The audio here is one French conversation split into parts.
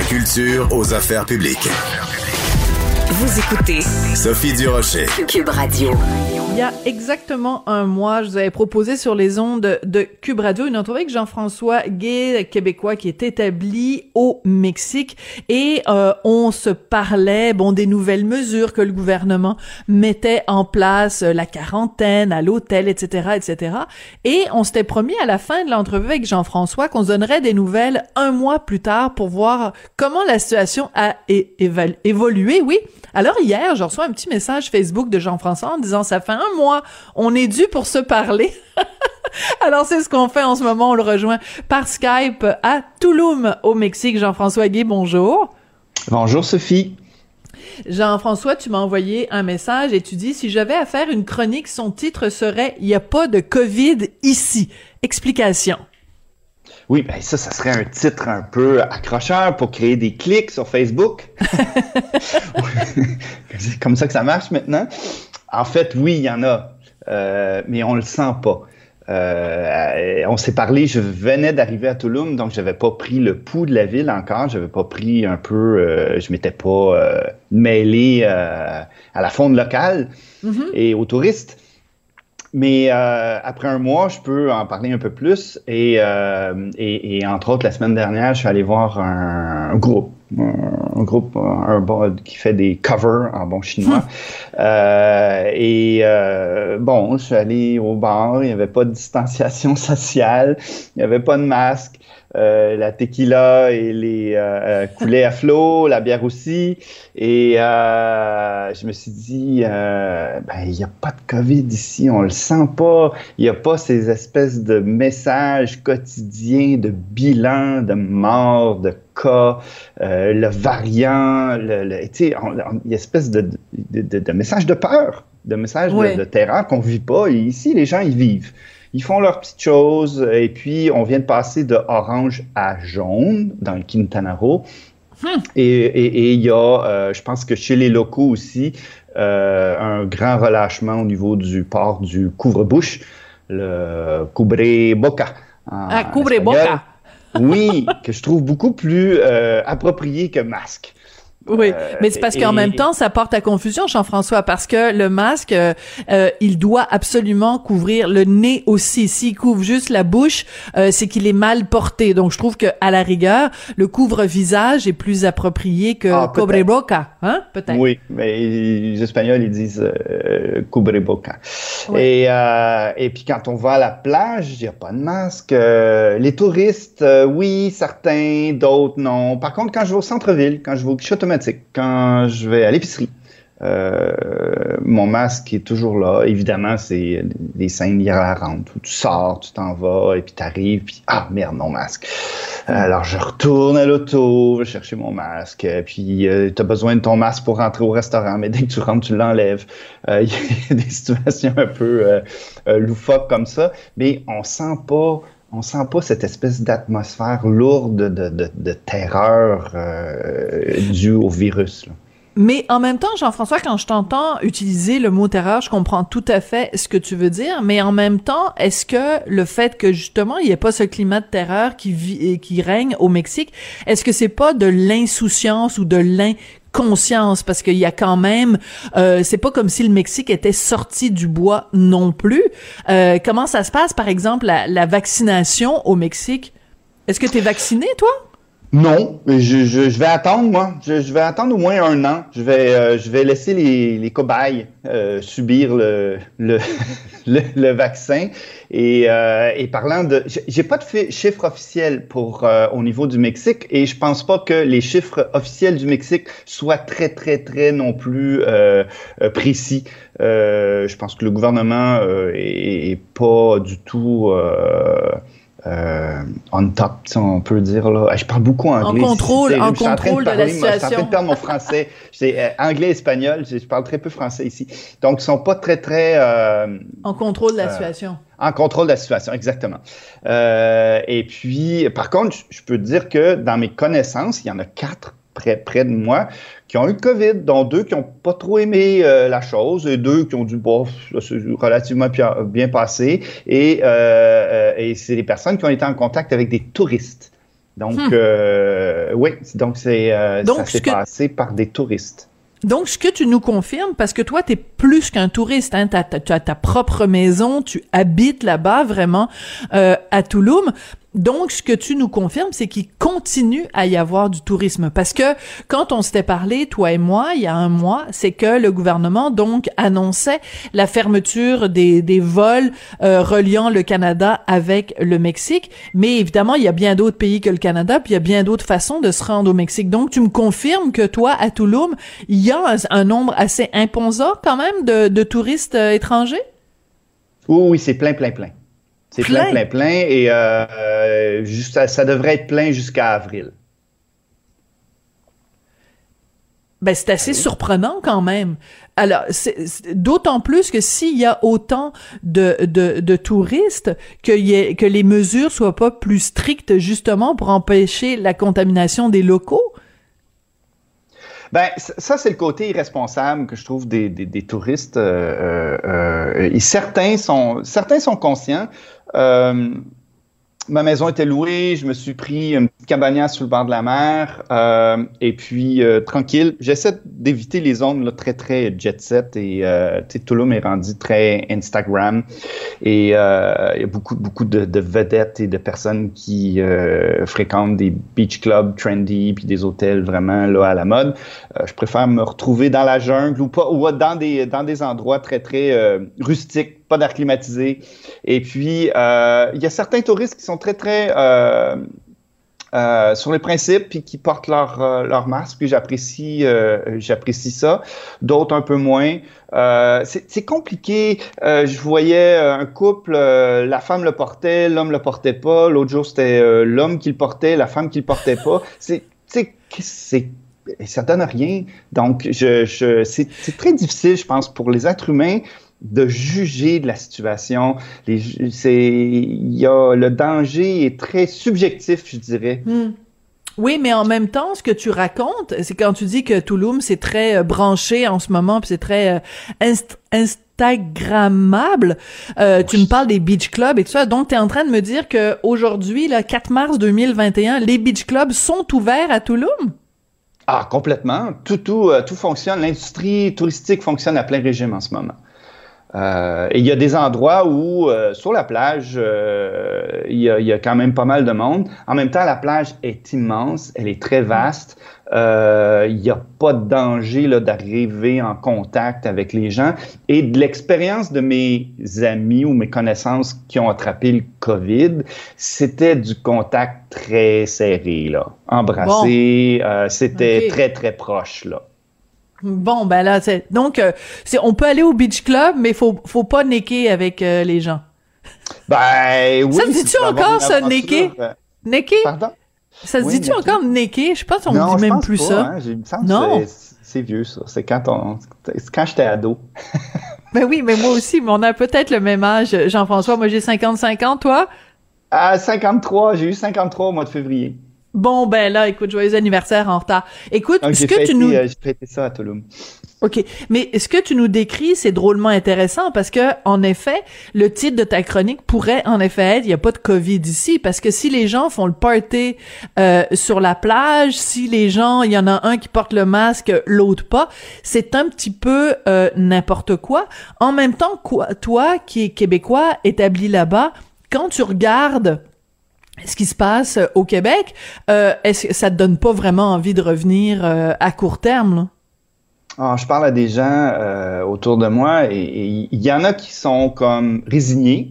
culture aux affaires publiques. Vous écoutez Sophie Durocher. Cube Radio. Il y a exactement un mois, je vous avais proposé sur les ondes de Cube Radio une entrevue avec Jean-François Gué, Québécois, qui est établi au Mexique, et on se parlait des nouvelles mesures que le gouvernement mettait en place, la quarantaine à l'hôtel, etc., etc. Et on s'était promis à la fin de l'entrevue avec Jean-François qu'on se donnerait des nouvelles un mois plus tard pour voir comment la situation a évolué, oui. Alors hier, je reçois un petit message Facebook de Jean-François en disant « Ça fait un mois, on est dû pour se parler. » Alors c'est ce qu'on fait en ce moment, on le rejoint par Skype à Tulum, au Mexique. Jean-François Gué, bonjour. Bonjour Sophie. Jean-François, tu m'as envoyé un message et tu dis « Si j'avais à faire une chronique, son titre serait « Il n'y a pas de COVID ici ». Explication. Oui, ben ça serait un titre un peu accrocheur pour créer des clics sur Facebook. C'est comme ça que ça marche maintenant. En fait, oui, il y en a, mais on le sent pas. On s'est parlé, je venais d'arriver à Tulum, donc j'avais pas pris le pouls de la ville encore, j'avais pas pris un peu, je m'étais pas mêlé à la faune locale et aux touristes. Mais après un mois, je peux en parler un peu plus. Et entre autres, la semaine dernière, je suis allé voir un groupe qui fait des covers en bon chinois. Je suis allé au bar, il n'y avait pas de distanciation sociale, il n'y avait pas de masque. La tequila et les coulaient à flot, la bière aussi. Et je me suis dit, il n'y a pas de COVID ici, on le sent pas. Il n'y a pas ces espèces de messages quotidiens de bilan, de morts, de cas, le variant, il y a une espèce de message de peur, de message de terreur qu'on vit pas. Et ici, les gens, ils vivent. Ils font leurs petites choses, et puis on vient de passer de orange à jaune dans le Quintana Roo. Et il y a, je pense que chez les locaux aussi, un grand relâchement au niveau du port du couvre-bouche, le cubre-boca. Cubre-boca! Oui, que je trouve beaucoup plus approprié que masque. Oui, mais c'est parce qu'en même temps, ça porte à confusion, Jean-François, parce que le masque, il doit absolument couvrir le nez aussi. S'il couvre juste la bouche, c'est qu'il est mal porté. Donc, je trouve que à la rigueur, le couvre-visage est plus approprié que cubre-boca, hein, peut-être. Oui, mais les Espagnols, ils disent cubre-boca. Oui. Et puis, quand on va à la plage, il n'y a pas de masque. Les touristes, oui, certains, d'autres, non. Par contre, quand je vais au centre-ville, quand je vais au guichet automatique, quand je vais à l'épicerie, mon masque est toujours là. Évidemment, c'est des scènes hilarantes où tu sors, tu t'en vas, et puis t'arrives, puis merde, mon masque. Alors, je retourne à l'auto, je vais chercher mon masque, puis t'as besoin de ton masque pour rentrer au restaurant, mais dès que tu rentres, tu l'enlèves. Il y a des situations un peu loufoques comme ça, mais on sent pas cette espèce d'atmosphère lourde de terreur due au virus, là. Mais en même temps, Jean-François, quand je t'entends utiliser le mot terreur, je comprends tout à fait ce que tu veux dire, mais en même temps, est-ce que le fait que justement il n'y ait pas ce climat de terreur qui règne au Mexique, est-ce que c'est pas de l'insouciance ou de l'inconscience, parce qu'il y a quand même, c'est pas comme si le Mexique était sorti du bois non plus. Comment ça se passe, par exemple, la vaccination au Mexique? Est-ce que t'es vacciné, toi? Non, mais je vais attendre, moi. Je vais attendre au moins un an. Je vais laisser les cobayes subir le vaccin. Et parlant de... J'ai pas de chiffres officiels pour au niveau du Mexique, et je pense pas que les chiffres officiels du Mexique soient très, très, très non plus précis. Je pense que le gouvernement est pas du tout... on top, on peut dire, là. Je parle beaucoup anglais. En contrôle de la situation. Je suis en train de perdre mon français. C'est anglais et espagnol. Je parle très peu français ici. Donc, ils sont pas très, très... en contrôle de la situation. En contrôle de la situation, exactement. Et puis, par contre, je peux te dire que dans mes connaissances, il y en a 4 près de moi qui ont eu le COVID, dont 2 qui n'ont pas trop aimé la chose, et 2 qui ont dit, bon, c'est relativement bien passé. Et c'est des personnes qui ont été en contact avec des touristes. Donc, oui, donc ça s'est passé par des touristes. Donc, ce que tu nous confirmes, parce que toi, t'es plus qu'un touriste, hein, tu as ta propre maison, tu habites là-bas, vraiment, à Tulum. Donc, ce que tu nous confirmes, c'est qu'il continue à y avoir du tourisme. Parce que quand on s'était parlé, toi et moi, il y a un mois, c'est que le gouvernement, donc, annonçait la fermeture des vols reliant le Canada avec le Mexique. Mais évidemment, il y a bien d'autres pays que le Canada, puis il y a bien d'autres façons de se rendre au Mexique. Donc, tu me confirmes que toi, à Tulum, il y a un nombre assez imposant quand même de touristes étrangers? Oui, c'est plein. C'est plein. Et ça devrait être plein jusqu'à avril. Ben, c'est assez surprenant quand même. Alors, c'est d'autant plus que s'il y a autant de touristes, que les mesures soient pas plus strictes justement pour empêcher la contamination des locaux. Ben, ça, c'est le côté irresponsable que je trouve des touristes. Et certains sont conscients. Ma maison était louée, je me suis pris une petite cabanasse sur le bord de la mer, et puis tranquille. J'essaie d'éviter les zones là, très, très jet-set, et Tulum est rendu très Instagram, et il y a beaucoup de vedettes et de personnes qui fréquentent des beach clubs trendy, puis des hôtels vraiment là à la mode. Je préfère me retrouver dans la jungle ou dans des endroits très, très rustiques, pas d'air climatisé. Et puis, il y a certains touristes qui sont très, très sur les principes puis qui portent leur masque, puis j'apprécie ça. D'autres un peu moins. C'est compliqué. Je voyais un couple, la femme le portait, l'homme le portait pas. L'autre jour, c'était l'homme qui le portait, la femme qui le portait pas. Ça donne rien. Donc, c'est très difficile, je pense, pour les êtres humains de juger de la situation. Le danger est très subjectif, je dirais. Oui, mais en même temps, ce que tu racontes, c'est quand tu dis que Tulum, c'est très branché en ce moment, puis c'est très instagrammable. Tu me parles des beach clubs et tout ça. Donc, tu es en train de me dire que aujourd'hui, le 4 mars 2021, les beach clubs sont ouverts à Tulum? Ah, complètement. Tout fonctionne. L'industrie touristique fonctionne à plein régime en ce moment. Et il y a des endroits où, sur la plage, il y a quand même pas mal de monde. En même temps, la plage est immense, elle est très vaste. Il n'y a pas de danger là, d'arriver en contact avec les gens. Et de l'expérience de mes amis ou mes connaissances qui ont attrapé le COVID, c'était du contact très serré, là. Embrassé, c'était très, très proche, là. Bon, ben là, on peut aller au beach club, mais faut pas necker avec les gens. Ben oui. Ça se dit-tu encore, ça, necker? Necker? Pardon? Ça se dit-tu encore necker? Je pense qu'on ne dit même plus pas, ça. Hein? Il me semble que c'est vieux, ça. C'est quand j'étais ado. Ben oui, mais moi aussi, mais on a peut-être le même âge, Jean-François. Moi, j'ai 55 ans, toi? 53, j'ai eu 53 au mois de février. Bon, ben là, écoute, joyeux anniversaire en retard. Écoute, donc, j'ai fêté ça à Tulum. OK. Mais ce que tu nous décris, c'est drôlement intéressant parce que, en effet, le titre de ta chronique pourrait, en effet, être « Il n'y a pas de COVID ici », parce que si les gens font le party sur la plage, si les gens, il y en a un qui porte le masque, l'autre pas, c'est un petit peu n'importe quoi. En même temps, toi, qui es québécois, établi là-bas, quand tu regardes ce qui se passe au Québec, est-ce que ça te donne pas vraiment envie de revenir à court terme, là? Ah, je parle à des gens autour de moi et il y en a qui sont comme résignés.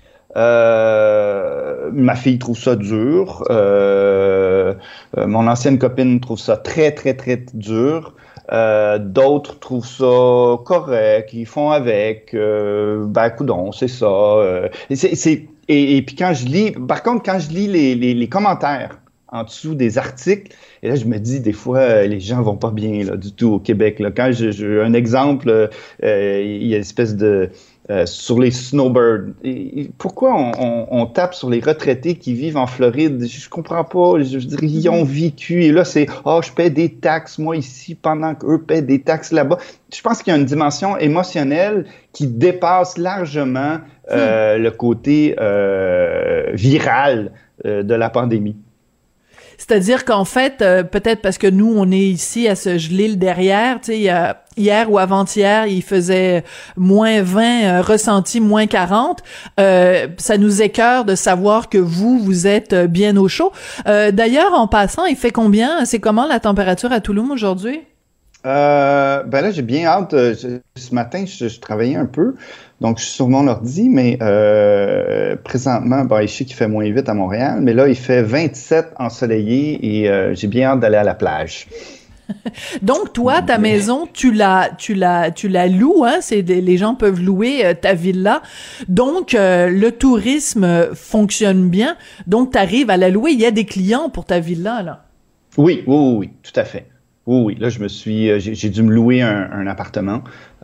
Ma fille trouve ça dur. Mon ancienne copine trouve ça très, très, très dur. D'autres trouvent ça correct, ils font avec. Coudonc, c'est ça. Et puis quand je lis, par contre, quand je lis les commentaires en dessous des articles, et là je me dis des fois les gens vont pas bien là, du tout au Québec. Là. Quand j'ai un exemple, il y a une espèce de sur les snowbirds. Pourquoi on tape sur les retraités qui vivent en Floride? Je comprends pas. Je veux dire, ils ont vécu et là c'est je paie des taxes moi ici pendant qu'eux paient des taxes là-bas. Je pense qu'il y a une dimension émotionnelle qui dépasse largement le côté viral de la pandémie. C'est-à-dire qu'en fait, peut-être parce que nous, on est ici à se geler le derrière, tu sais, hier ou avant-hier, il faisait moins 20, ressenti moins 40. Ça nous écœure de savoir que vous êtes bien au chaud. D'ailleurs, en passant, il fait combien? C'est comment la température à Touloum aujourd'hui? Ben là, j'ai bien hâte. Ce matin, je travaillais un peu, donc je suis sur mon ordi, mais présentement, je sais qu'il fait moins 8 à Montréal, mais là, il fait 27 ensoleillé et j'ai bien hâte d'aller à la plage. Donc, toi, ta maison, tu la loues, hein? Les gens peuvent louer ta villa. Donc, le tourisme fonctionne bien. Donc, t'arrives à la louer. Il y a des clients pour ta villa, là. Oui, tout à fait. Oui, là, j'ai dû me louer un appartement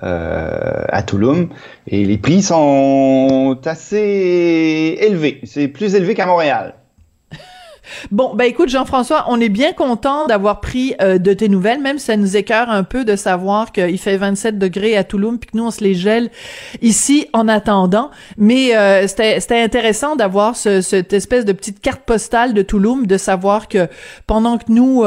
à Touloum et les prix sont assez élevés. C'est plus élevé qu'à Montréal. Bon, ben écoute, Jean-François, on est bien content d'avoir pris de tes nouvelles, même si ça nous écœure un peu de savoir qu'il fait 27 degrés à Touloum puis que nous, on se les gèle ici en attendant. Mais c'était intéressant d'avoir cette espèce de petite carte postale de Touloum, de savoir que pendant que nous,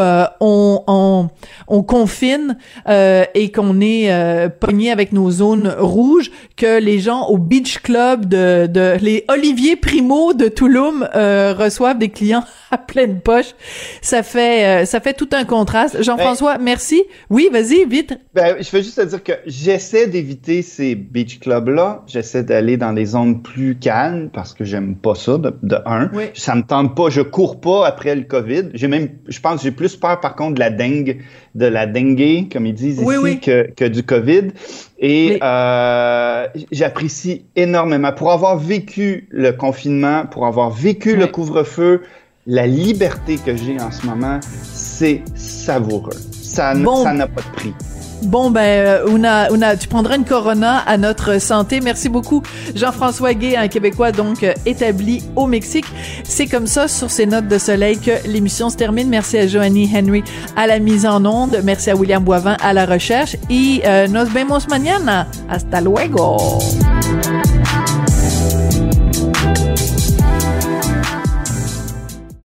on confine et qu'on est pogné avec nos zones rouges, que les gens au Beach Club de les Olivier Primo de Touloum reçoivent des clients à pleine poche. Ça fait tout un contraste. Jean-François, merci. Oui, vas-y, vite. Je veux juste te dire que j'essaie d'éviter ces beach clubs-là. J'essaie d'aller dans des zones plus calmes parce que j'aime pas ça, de un. Oui. Ça me tente pas. Je cours pas après le COVID. Je pense que j'ai plus peur, par contre, de la dengue, comme ils disent ici, que du COVID. Et j'apprécie énormément. Pour avoir vécu le confinement, pour avoir vécu le couvre-feu, la liberté que j'ai en ce moment, c'est savoureux. Ça n'a pas de prix. Bon, tu prendras une Corona à notre santé. Merci beaucoup, Jean-François Guay, un Québécois donc établi au Mexique. C'est comme ça, sur ces notes de soleil, que l'émission se termine. Merci à Joanie Henry à la mise en onde. Merci à William Boivin à la recherche. Y nos vemos mañana. Hasta luego.